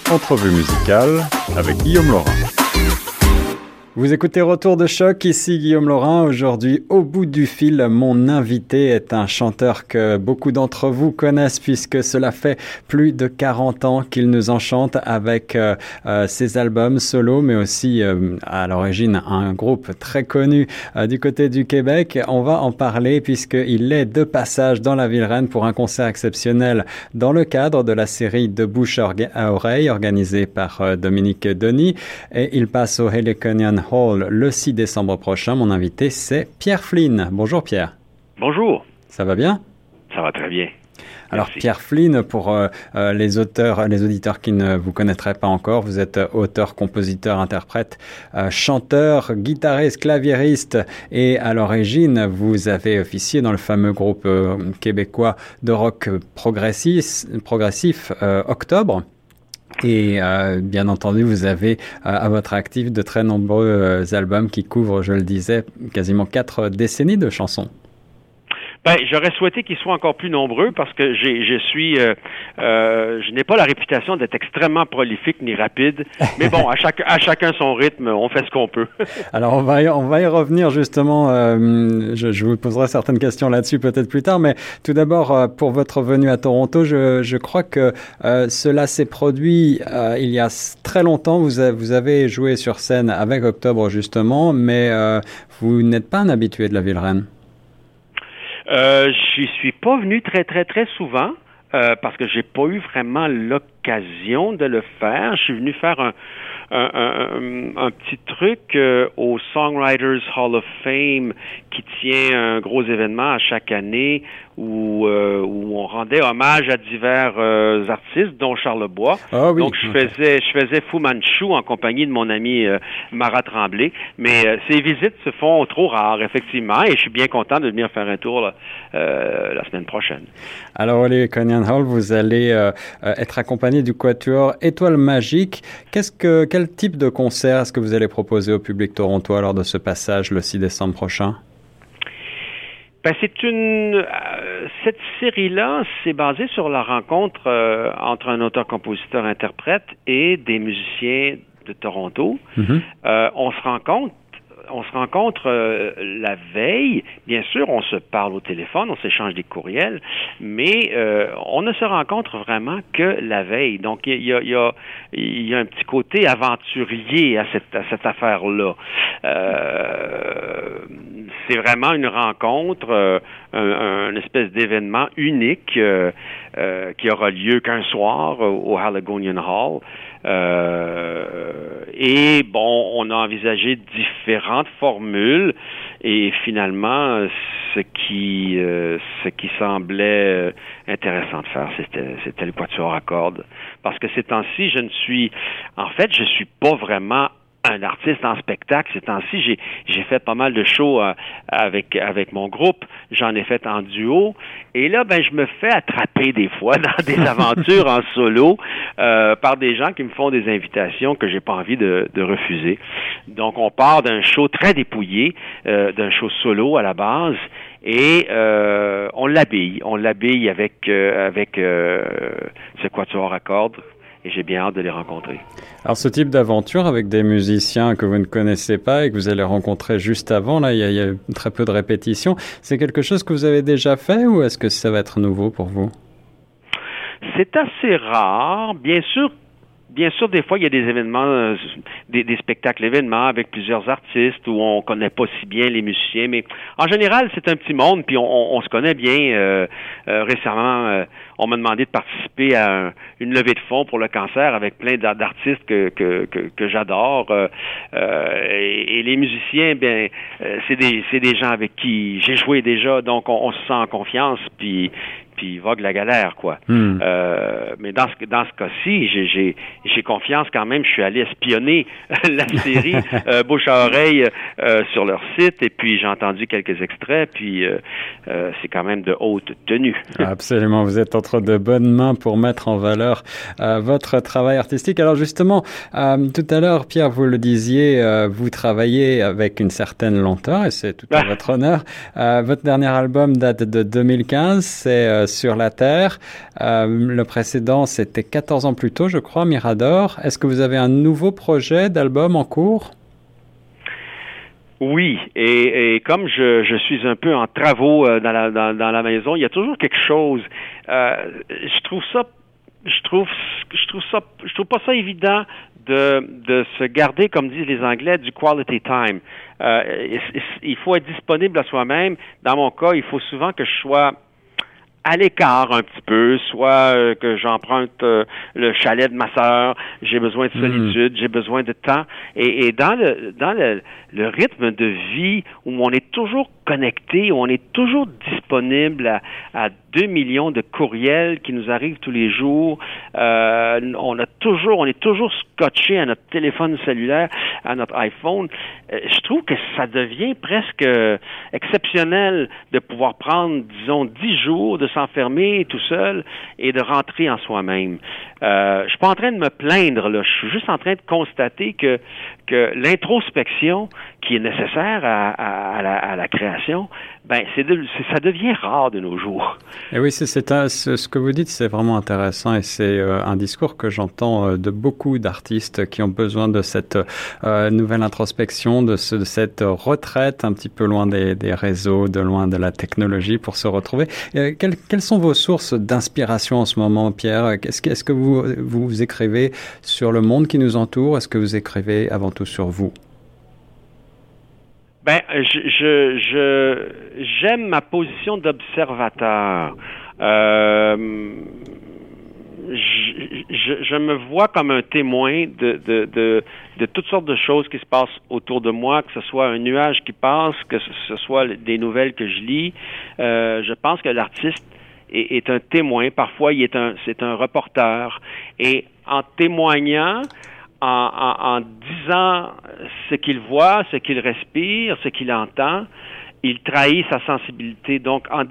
Entrevue musicale avec Guillaume Laurin. Vous écoutez Retour de choc, ici Guillaume Laurin. Aujourd'hui, au bout du fil, mon invité est un chanteur que beaucoup d'entre vous connaissent puisque cela fait plus de 40 ans qu'il nous enchante avec ses albums solo, mais aussi à l'origine un groupe très connu du côté du Québec. On va en parler puisqu'il est de passage dans la ville reine pour un concert exceptionnel dans le cadre de la série De bouche à oreille organisée par Dominique Denis, et il passe au Heliconian Hall le 6 décembre prochain. Mon invité, c'est Pierre Flynn. Bonjour Pierre. Bonjour. Ça va bien? Ça va très bien. Alors Merci. Pierre Flynn, pour les auditeurs qui ne vous connaîtraient pas encore, vous êtes auteur, compositeur, interprète, chanteur, guitariste, claviériste, et à l'origine, vous avez officié dans le fameux groupe québécois de rock progressif Octobre. Et bien entendu, vous avez à votre actif de très nombreux albums qui couvrent, je le disais, quasiment 4 décennies de chansons. Ben, j'aurais souhaité qu'ils soient encore plus nombreux parce que je n'ai pas la réputation d'être extrêmement prolifique ni rapide. Mais bon, à chacun son rythme, on fait ce qu'on peut. Alors, on va y revenir justement. Je vous poserai certaines questions là-dessus peut-être plus tard. Mais tout d'abord, pour votre venue à Toronto, je crois que cela s'est produit il y a très longtemps. Vous avez joué sur scène avec Octobre justement, mais vous n'êtes pas un habitué de la ville reine. J'y suis pas venu très souvent parce que j'ai pas eu vraiment l'occasion de le faire. Je suis venu faire un petit truc au Songwriters Hall of Fame qui tient un gros événement à chaque année où on rendait hommage à divers artistes, dont Charles Bois. Ah, oui. Donc je faisais Fu Manchu en compagnie de mon ami Marat Tremblay. Mais ces visites se font trop rares, effectivement, et je suis bien content de venir faire un tour là, la semaine prochaine. Alors, au Heliconian Hall, vous allez être accompagné du quatuor Étoile Magique. Quel type de concert est-ce que vous allez proposer au public torontois lors de ce passage le 6 décembre prochain? Ben, cette série-là, c'est basé sur la rencontre entre un auteur-compositeur-interprète et des musiciens de Toronto. Mm-hmm. On se rencontre la veille. Bien sûr, on se parle au téléphone, on s'échange des courriels, mais on ne se rencontre vraiment que la veille. Donc, il y a un petit côté aventurier à cette affaire-là. C'est vraiment une rencontre, un espèce d'événement unique qui aura lieu qu'un soir au Haligonian Hall. Et bon, on a envisagé différentes formules et finalement, ce qui semblait intéressant de faire, c'était le quatuor à cordes. Parce que ces temps-ci, je suis pas vraiment un artiste en spectacle. Ces temps-ci, j'ai fait pas mal de shows avec mon groupe. J'en ai fait en duo. Et là, ben, je me fais attraper des fois dans des aventures en solo par des gens qui me font des invitations que j'ai pas envie de refuser. Donc, on part d'un show très dépouillé, d'un show solo à la base. Et on l'habille avec ce quatuor à cordes. Et j'ai bien hâte de les rencontrer. Alors, ce type d'aventure avec des musiciens que vous ne connaissez pas et que vous allez rencontrer juste avant, là, il y a très peu de répétitions. C'est quelque chose que vous avez déjà fait ou est-ce que ça va être nouveau pour vous? C'est assez rare. Bien sûr, des fois, il y a des événements, des spectacles événements avec plusieurs artistes où on connaît pas si bien les musiciens, mais en général, c'est un petit monde, puis on se connaît bien. Récemment, on m'a demandé de participer à une levée de fonds pour le cancer avec plein d'artistes que j'adore. Et les musiciens, bien, c'est des gens avec qui j'ai joué déjà, donc on se sent en confiance, puis vogue la galère, quoi. Mais dans ce cas-ci, j'ai confiance quand même. Je suis allé espionner la série bouche à oreille sur leur site, et puis j'ai entendu quelques extraits, puis c'est quand même de haute tenue. Absolument, vous êtes entre de bonnes mains pour mettre en valeur votre travail artistique. Alors justement, tout à l'heure, Pierre, vous le disiez, vous travaillez avec une certaine lenteur, et c'est tout à votre honneur. Votre dernier album date de 2015, c'est sur la Terre. Le précédent, c'était 14 ans plus tôt, je crois, Mirador. Est-ce que vous avez un nouveau projet d'album en cours? Oui, et comme je suis un peu en travaux dans la maison, il y a toujours quelque chose. Je trouve pas ça évident de se garder, comme disent les Anglais, du quality time. Il faut être disponible à soi-même. Dans mon cas, il faut souvent que je sois à l'écart un petit peu, soit que j'emprunte le chalet de ma sœur, j'ai besoin de solitude, j'ai besoin de temps. Et dans le rythme de vie où on est toujours connecté, où on est toujours disponible à 2 millions de courriels qui nous arrivent tous les jours, on est toujours scotché à notre téléphone cellulaire, à notre iPhone. Je trouve que ça devient presque exceptionnel de pouvoir prendre, disons, 10 jours de s'enfermer tout seul et de rentrer en soi-même. Je suis pas en train de me plaindre, là. Je suis juste en train de constater que l'introspection qui est nécessaire à la création, ça devient rare de nos jours. Et oui, ce que vous dites, c'est vraiment intéressant et c'est un discours que j'entends de beaucoup d'artistes qui ont besoin de cette nouvelle introspection, de cette retraite un petit peu loin des réseaux, loin de la technologie pour se retrouver. Quelles sont vos sources d'inspiration en ce moment, Pierre? Est-ce que vous écrivez sur le monde qui nous entoure? Est-ce que vous écrivez avant tout sur vous? J'aime ma position d'observateur. Je me vois comme un témoin de toutes sortes de choses qui se passent autour de moi, que ce soit un nuage qui passe, que ce soit des nouvelles que je lis. Je pense que l'artiste est un témoin. Parfois, c'est un reporter. Et en témoignant, en disant ce qu'il voit, ce qu'il respire, ce qu'il entend, il trahit sa sensibilité. Donc, en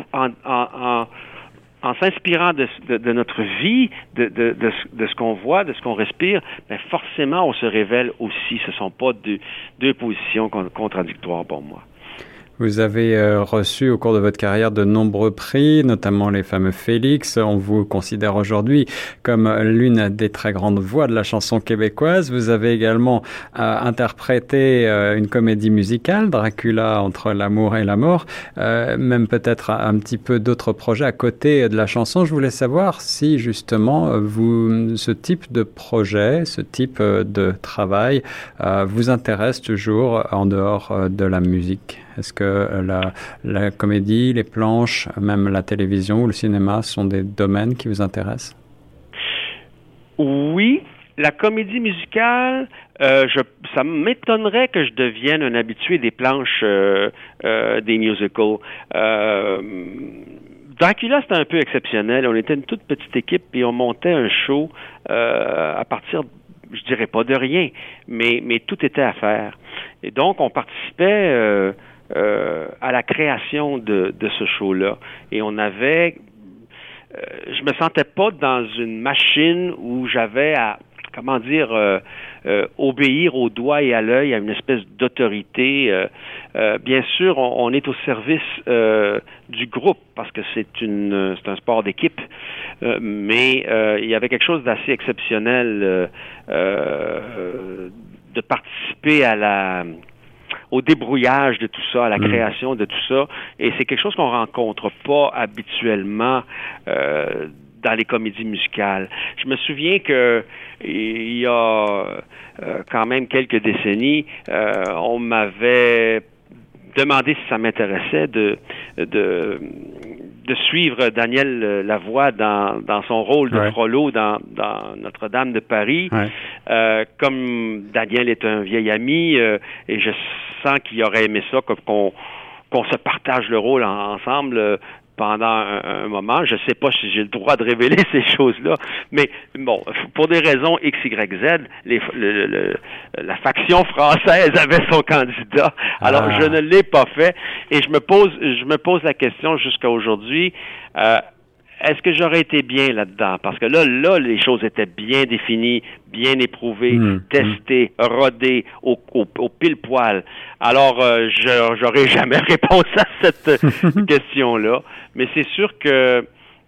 s'inspirant de notre vie, de ce qu'on voit, de ce qu'on respire, forcément, on se révèle aussi. Ce ne sont pas deux positions contradictoires pour moi. Vous avez reçu au cours de votre carrière de nombreux prix, notamment les fameux Félix. On vous considère aujourd'hui comme l'une des très grandes voix de la chanson québécoise. Vous avez également interprété une comédie musicale, Dracula entre l'amour et la mort, même peut-être un petit peu d'autres projets à côté de la chanson. Je voulais savoir si justement ce type de projet, ce type de travail vous intéresse toujours en dehors de la musique. Est-ce que la comédie, les planches, même la télévision ou le cinéma sont des domaines qui vous intéressent? Oui, la comédie musicale, ça m'étonnerait que je devienne un habitué des planches des musicals. Dracula, c'était un peu exceptionnel. On était une toute petite équipe et on montait un show à partir, je dirais pas de rien, mais tout était à faire. Et donc, on participait à la création de ce show-là. Et on avait... je me sentais pas dans une machine où j'avais à, obéir au doigt et à l'œil à une espèce d'autorité. Bien sûr, on est au service du groupe parce que c'est un sport d'équipe, mais il y avait quelque chose d'assez exceptionnel de participer au débrouillage de tout ça, à la création de tout ça. Et c'est quelque chose qu'on rencontre pas habituellement dans les comédies musicales. Je me souviens que il y a quand même quelques décennies, on m'avait demandé si ça m'intéressait de suivre Daniel Lavoie dans son rôle de Frollo dans Notre-Dame de Paris. Ouais. Comme Daniel est un vieil ami, et je sens qu'il aurait aimé ça, qu'on se partage le rôle ensemble pendant un moment. Je ne sais pas si j'ai le droit de révéler ces choses-là, mais bon, pour des raisons X, Y, Z, la faction française avait son candidat. Alors, je ne l'ai pas fait et je me pose la question jusqu'à aujourd'hui, est-ce que j'aurais été bien là-dedans? Parce que là, les choses étaient bien définies, bien éprouvées, testées, rodées au pile-poil. Alors, j'aurais jamais réponse à cette question-là. Mais c'est sûr que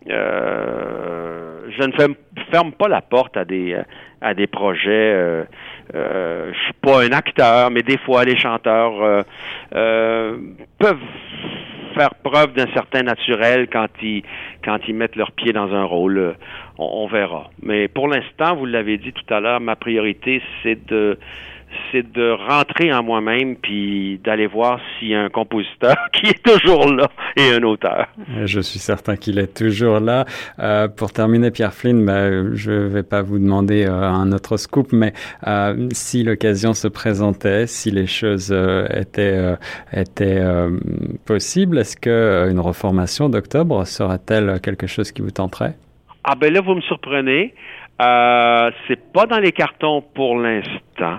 je ne ferme pas la porte à des projets. Je suis pas un acteur, mais des fois les chanteurs peuvent faire preuve d'un certain naturel quand ils mettent leurs pieds dans un rôle. On verra. Mais pour l'instant, vous l'avez dit tout à l'heure, ma priorité c'est de rentrer en moi-même puis d'aller voir s'il y a un compositeur qui est toujours là et un auteur. Je suis certain qu'il est toujours là. Pour terminer, Pierre Flynn, je vais pas vous demander un autre scoop, mais si l'occasion se présentait, si les choses étaient possibles, est-ce que une reformation d'octobre serait-elle quelque chose qui vous tenterait? Ah ben là, vous me surprenez. C'est pas dans les cartons pour l'instant.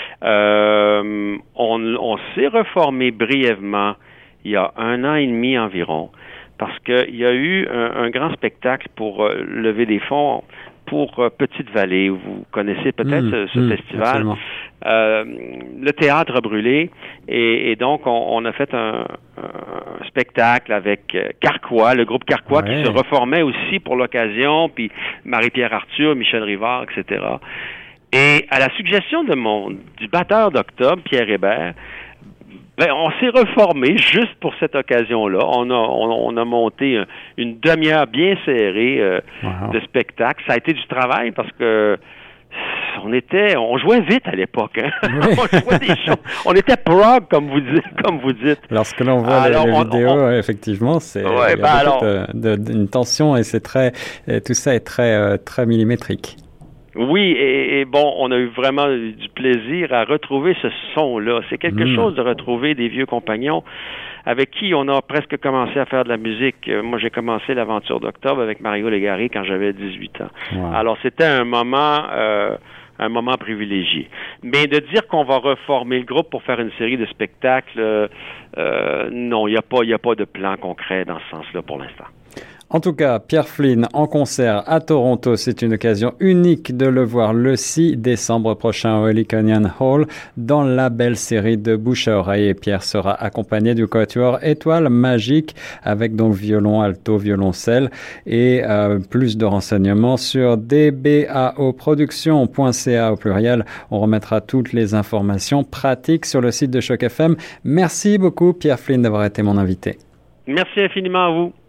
On s'est reformé brièvement il y a 1 an et demi environ parce qu'il y a eu un grand spectacle pour lever des fonds pour Petite-Vallée. Vous connaissez peut-être ce festival. Le théâtre a brûlé et donc on a fait un spectacle avec Carquois, le groupe Carquois qui se reformait aussi pour l'occasion, puis Marie-Pierre Arthur, Michel Rivard, etc. Et à la suggestion du batteur d'Octobre, Pierre Hébert, on s'est reformé juste pour cette occasion-là. On a monté une demi-heure bien serrée de spectacle. Ça a été du travail parce que on jouait vite à l'époque. Hein? Oui. On jouait des choses. On était prog, comme vous dites. Lorsque l'on voit les vidéos, effectivement, c'est une tension et tout ça est très millimétrique. Oui, et bon, on a eu vraiment du plaisir à retrouver ce son-là. C'est quelque chose de retrouver des vieux compagnons avec qui on a presque commencé à faire de la musique. Moi, j'ai commencé l'aventure d'Octobre avec Mario Légaré quand j'avais 18 ans. Wow. Alors, c'était un moment privilégié. Mais de dire qu'on va reformer le groupe pour faire une série de spectacles, non, il n'y a pas de plan concret dans ce sens-là pour l'instant. En tout cas, Pierre Flynn en concert à Toronto, c'est une occasion unique de le voir le 6 décembre prochain au Heliconian Hall dans la belle série de Bouche à oreille. Et Pierre sera accompagné du quatuor Étoile Magique avec donc violon, alto, violoncelle et plus de renseignements sur dbaoproduction.ca au pluriel. On remettra toutes les informations pratiques sur le site de Choc FM. Merci beaucoup Pierre Flynn d'avoir été mon invité. Merci infiniment à vous.